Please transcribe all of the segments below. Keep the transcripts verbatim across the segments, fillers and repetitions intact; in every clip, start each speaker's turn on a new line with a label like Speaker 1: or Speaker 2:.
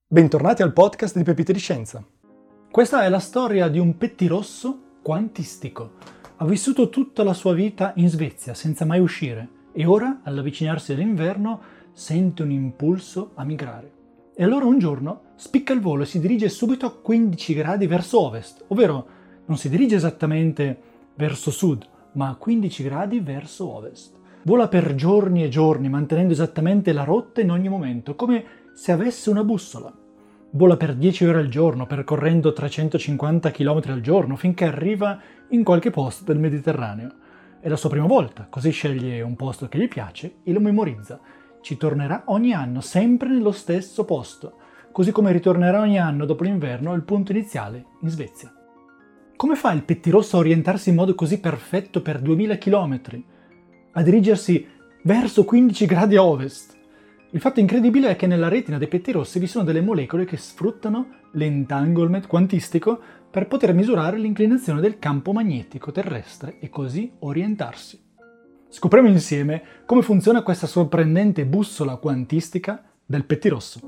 Speaker 1: Bentornati al podcast di Pepite di Scienza. Questa è la storia di un pettirosso quantistico. Ha vissuto tutta la sua vita in Svezia senza mai uscire e ora, all'avvicinarsi dell'inverno, sente un impulso a migrare. E allora un giorno spicca il volo e si dirige subito a quindici gradi verso ovest, ovvero non si dirige esattamente verso sud, ma a quindici gradi verso ovest. Vola per giorni e giorni, mantenendo esattamente la rotta in ogni momento, come se avesse una bussola. Vola per dieci ore al giorno, percorrendo trecentocinquanta chilometri al giorno, finché arriva in qualche posto del Mediterraneo. È la sua prima volta, così sceglie un posto che gli piace e lo memorizza. Ci tornerà ogni anno, sempre nello stesso posto, così come ritornerà ogni anno dopo l'inverno al punto iniziale, in Svezia. Come fa il pettirosso a orientarsi in modo così perfetto per duemila chilometri? A dirigersi verso quindici gradi a ovest? Il fatto incredibile è che nella retina dei pettirossi vi sono delle molecole che sfruttano l'entanglement quantistico per poter misurare l'inclinazione del campo magnetico terrestre e così orientarsi. Scopriamo insieme come funziona questa sorprendente bussola quantistica del pettirosso.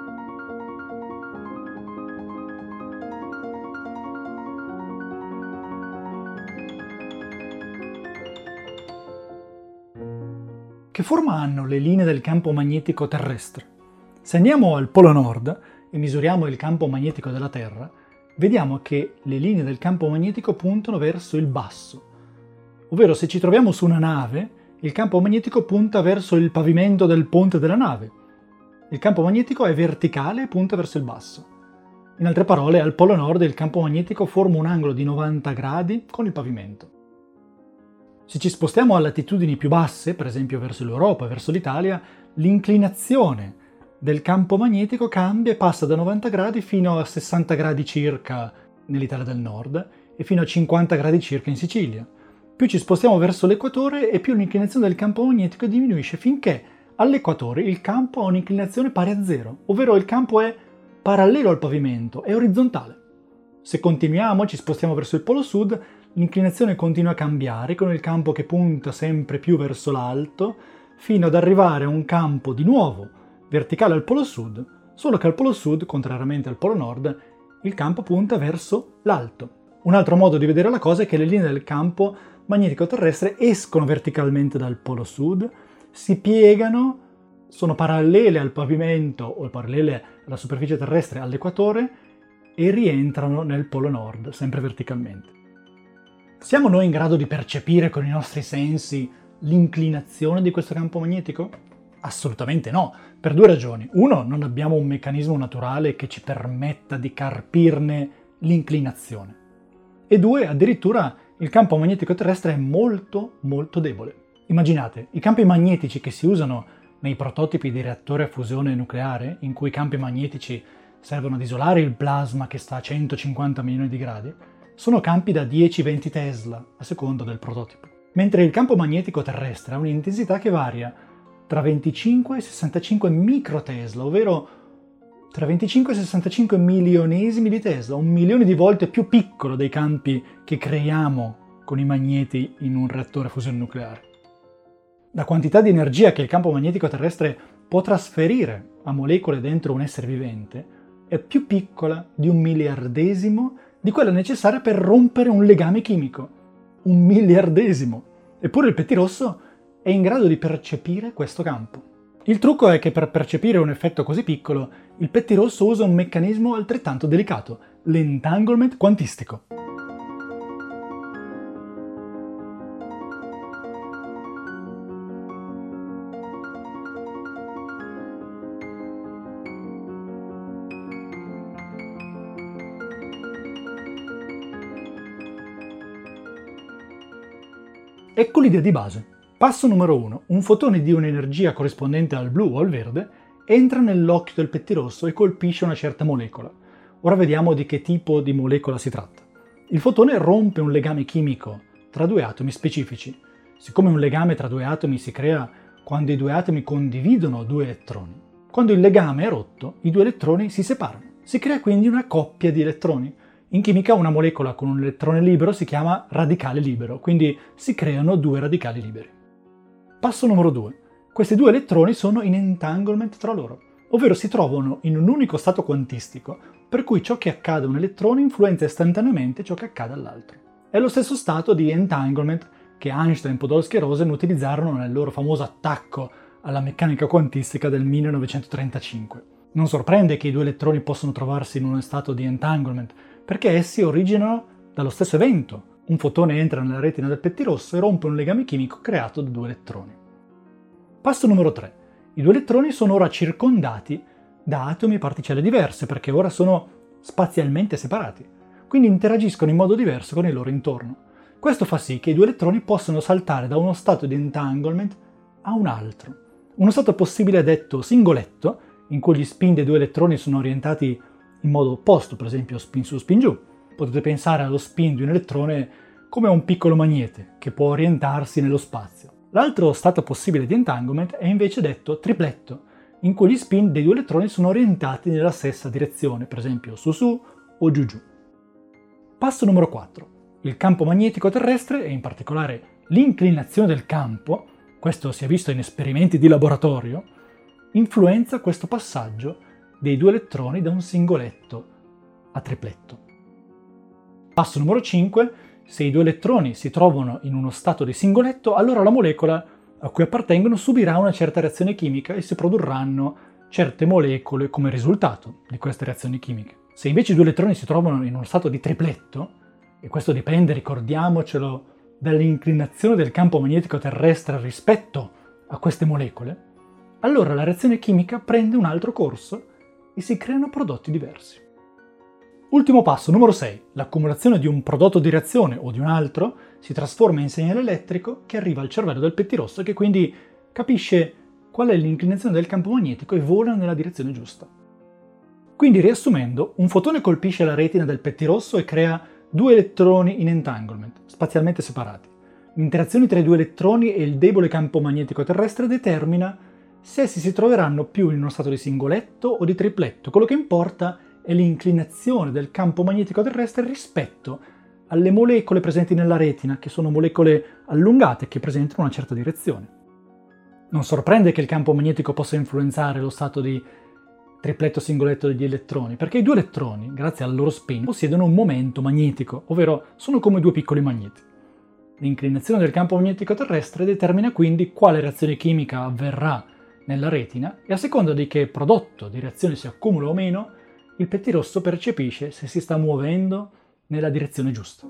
Speaker 1: Che forma hanno le linee del campo magnetico terrestre? Se andiamo al Polo Nord e misuriamo il campo magnetico della Terra, vediamo che le linee del campo magnetico puntano verso il basso. Ovvero, se ci troviamo su una nave, il campo magnetico punta verso il pavimento del ponte della nave. Il campo magnetico è verticale e punta verso il basso. In altre parole, al Polo Nord il campo magnetico forma un angolo di novanta gradi con il pavimento. Se ci spostiamo a latitudini più basse, per esempio verso l'Europa e verso l'Italia, l'inclinazione del campo magnetico cambia e passa da novanta gradi fino a sessanta gradi circa nell'Italia del Nord e fino a cinquanta gradi circa in Sicilia. Più ci spostiamo verso l'equatore e più l'inclinazione del campo magnetico diminuisce finché all'equatore il campo ha un'inclinazione pari a zero, ovvero il campo è parallelo al pavimento, è orizzontale. Se continuiamo, ci spostiamo verso il polo sud, l'inclinazione continua a cambiare con il campo che punta sempre più verso l'alto fino ad arrivare a un campo di nuovo verticale al polo sud, solo che al polo sud, contrariamente al polo nord, il campo punta verso l'alto. Un altro modo di vedere la cosa è che le linee del campo magnetico terrestre escono verticalmente dal polo sud, si piegano, sono parallele al pavimento o parallele alla superficie terrestre all'equatore e rientrano nel polo nord, sempre verticalmente. Siamo noi in grado di percepire con i nostri sensi l'inclinazione di questo campo magnetico? Assolutamente no, per due ragioni. Uno, non abbiamo un meccanismo naturale che ci permetta di carpirne l'inclinazione. E due, addirittura il campo magnetico terrestre è molto molto debole. Immaginate, i campi magnetici che si usano nei prototipi di reattori a fusione nucleare, in cui i campi magnetici servono ad isolare il plasma che sta a centocinquanta milioni di gradi, sono campi da dieci venti Tesla, a seconda del prototipo. Mentre il campo magnetico terrestre ha un'intensità che varia tra venticinque e sessantacinque microtesla, ovvero tra venticinque e sessantacinque milionesimi di Tesla, un milione di volte più piccolo dei campi che creiamo con i magneti in un reattore a fusione nucleare. La quantità di energia che il campo magnetico terrestre può trasferire a molecole dentro un essere vivente è più piccola di un miliardesimo di quella necessaria per rompere un legame chimico. Un miliardesimo. Eppure il pettirosso è in grado di percepire questo campo. Il trucco è che per percepire un effetto così piccolo, il pettirosso usa un meccanismo altrettanto delicato, l'entanglement quantistico. Ecco l'idea di base. Passo numero uno. Un fotone di un'energia corrispondente al blu o al verde entra nell'occhio del pettirosso e colpisce una certa molecola. Ora vediamo di che tipo di molecola si tratta. Il fotone rompe un legame chimico tra due atomi specifici. Siccome un legame tra due atomi si crea quando i due atomi condividono due elettroni, quando il legame è rotto, i due elettroni si separano. Si crea quindi una coppia di elettroni. In chimica una molecola con un elettrone libero si chiama radicale libero, quindi si creano due radicali liberi. Passo numero due. Questi due elettroni sono in entanglement tra loro, ovvero si trovano in un unico stato quantistico, per cui ciò che accade a un elettrone influenza istantaneamente ciò che accade all'altro. È lo stesso stato di entanglement che Einstein, Podolsky e Rosen utilizzarono nel loro famoso attacco alla meccanica quantistica del millenovecentotrentacinque. Non sorprende che i due elettroni possano trovarsi in uno stato di entanglement, perché essi originano dallo stesso evento. Un fotone entra nella retina del pettirosso e rompe un legame chimico creato da due elettroni. Passo numero tre. I due elettroni sono ora circondati da atomi e particelle diverse, perché ora sono spazialmente separati, quindi interagiscono in modo diverso con il loro intorno. Questo fa sì che i due elettroni possano saltare da uno stato di entanglement a un altro. Uno stato possibile è detto singoletto, in cui gli spin dei due elettroni sono orientati in modo opposto, per esempio spin su, spin giù. Potete pensare allo spin di un elettrone come a un piccolo magnete, che può orientarsi nello spazio. L'altro stato possibile di entanglement è invece detto tripletto, in cui gli spin dei due elettroni sono orientati nella stessa direzione, per esempio su su o giù giù. Passo numero quattro. Il campo magnetico terrestre, e in particolare l'inclinazione del campo, questo si è visto in esperimenti di laboratorio, influenza questo passaggio dei due elettroni da un singoletto a tripletto. Passo numero cinque. Se i due elettroni si trovano in uno stato di singoletto, allora la molecola a cui appartengono subirà una certa reazione chimica e si produrranno certe molecole come risultato di queste reazioni chimiche. Se invece i due elettroni si trovano in uno stato di tripletto, e questo dipende, ricordiamocelo, dall'inclinazione del campo magnetico terrestre rispetto a queste molecole, allora la reazione chimica prende un altro corso e si creano prodotti diversi. Ultimo passo, numero sei. L'accumulazione di un prodotto di reazione o di un altro si trasforma in segnale elettrico che arriva al cervello del pettirosso e che quindi capisce qual è l'inclinazione del campo magnetico e vola nella direzione giusta. Quindi, riassumendo, un fotone colpisce la retina del pettirosso e crea due elettroni in entanglement, spazialmente separati. L'interazione tra i due elettroni e il debole campo magnetico terrestre determina se essi si troveranno più in uno stato di singoletto o di tripletto. Quello che importa è l'inclinazione del campo magnetico terrestre rispetto alle molecole presenti nella retina, che sono molecole allungate che presentano una certa direzione. Non sorprende che il campo magnetico possa influenzare lo stato di tripletto singoletto degli elettroni, perché i due elettroni, grazie al loro spin, possiedono un momento magnetico, ovvero sono come due piccoli magneti. L'inclinazione del campo magnetico terrestre determina quindi quale reazione chimica avverrà nella retina e a seconda di che prodotto di reazione si accumula o meno, il pettirosso percepisce se si sta muovendo nella direzione giusta.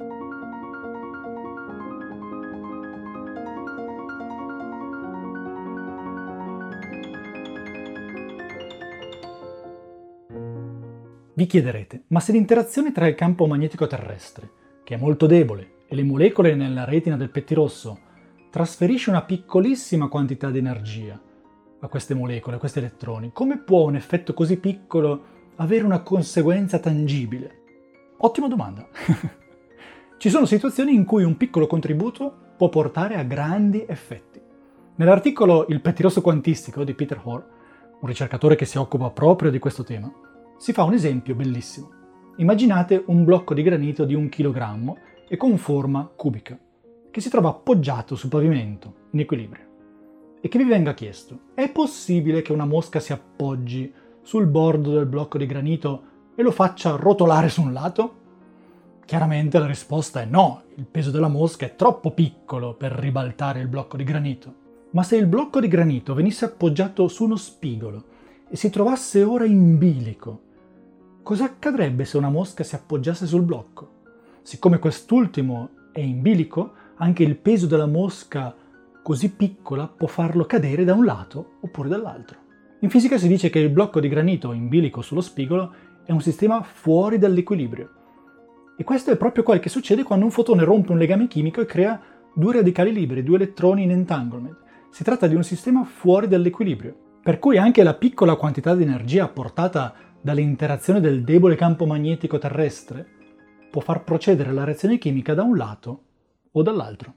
Speaker 1: Vi chiederete, ma se l'interazione tra il campo magnetico terrestre, che è molto debole, e le molecole nella retina del pettirosso trasferisce una piccolissima quantità di energia a queste molecole, a questi elettroni, come può un effetto così piccolo avere una conseguenza tangibile? Ottima domanda. Ci sono situazioni in cui un piccolo contributo può portare a grandi effetti. Nell'articolo Il pettirosso quantistico di Peter Hoare, un ricercatore che si occupa proprio di questo tema, si fa un esempio bellissimo. Immaginate un blocco di granito di un chilogrammo e con forma cubica, che si trova appoggiato sul pavimento, in equilibrio, e che vi venga chiesto: è possibile che una mosca si appoggi sul bordo del blocco di granito e lo faccia rotolare su un lato? Chiaramente la risposta è no, il peso della mosca è troppo piccolo per ribaltare il blocco di granito. Ma se il blocco di granito venisse appoggiato su uno spigolo e si trovasse ora in bilico, cosa accadrebbe se una mosca si appoggiasse sul blocco? Siccome quest'ultimo è in bilico, anche il peso della mosca così piccola può farlo cadere da un lato oppure dall'altro. In fisica si dice che il blocco di granito in bilico sullo spigolo è un sistema fuori dall'equilibrio. E questo è proprio quel che succede quando un fotone rompe un legame chimico e crea due radicali liberi, due elettroni in entanglement. Si tratta di un sistema fuori dall'equilibrio, per cui anche la piccola quantità di energia apportata dall'interazione del debole campo magnetico terrestre può far procedere la reazione chimica da un lato o dall'altro.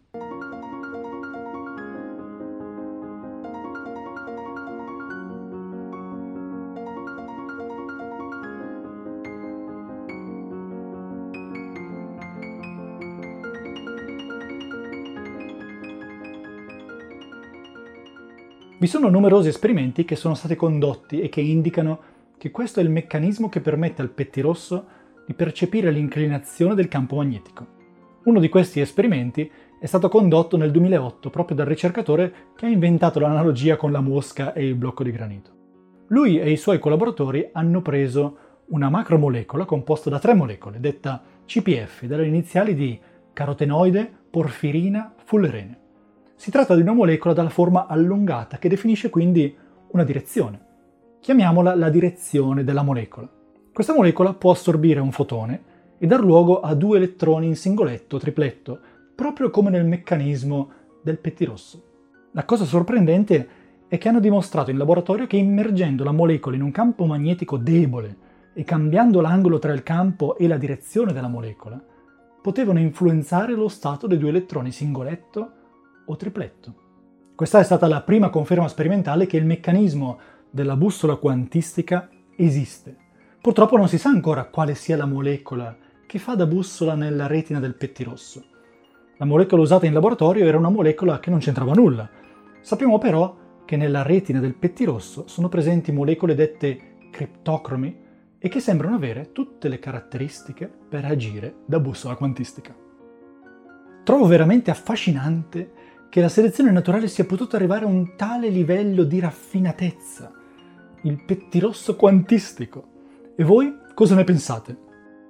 Speaker 1: Vi sono numerosi esperimenti che sono stati condotti e che indicano che questo è il meccanismo che permette al pettirosso di percepire l'inclinazione del campo magnetico. Uno di questi esperimenti è stato condotto nel duemilaotto proprio dal ricercatore che ha inventato l'analogia con la mosca e il blocco di granito. Lui e i suoi collaboratori hanno preso una macromolecola composta da tre molecole, detta C P F, dalle iniziali di carotenoide, porfirina, fullerene. Si tratta di una molecola dalla forma allungata che definisce quindi una direzione. Chiamiamola la direzione della molecola. Questa molecola può assorbire un fotone e dar luogo a due elettroni in singoletto o tripletto, proprio come nel meccanismo del pettirosso. La cosa sorprendente è che hanno dimostrato in laboratorio che immergendo la molecola in un campo magnetico debole e cambiando l'angolo tra il campo e la direzione della molecola, potevano influenzare lo stato dei due elettroni singoletto o tripletto. Questa è stata la prima conferma sperimentale che il meccanismo della bussola quantistica esiste. Purtroppo non si sa ancora quale sia la molecola che fa da bussola nella retina del pettirosso. La molecola usata in laboratorio era una molecola che non c'entrava nulla. Sappiamo però che nella retina del pettirosso sono presenti molecole dette criptocromi e che sembrano avere tutte le caratteristiche per agire da bussola quantistica. Trovo veramente affascinante che la selezione naturale sia potuta arrivare a un tale livello di raffinatezza, il pettirosso quantistico. E voi cosa ne pensate?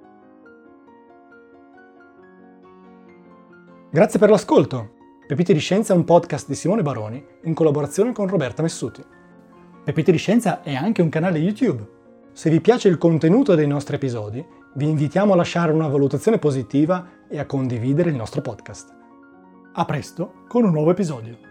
Speaker 1: Grazie per l'ascolto! Pepite di Scienza è un podcast di Simone Baroni in collaborazione con Roberta Messuti. Pepite di Scienza è anche un canale YouTube. Se vi piace il contenuto dei nostri episodi, vi invitiamo a lasciare una valutazione positiva e a condividere il nostro podcast. A presto con un nuovo episodio.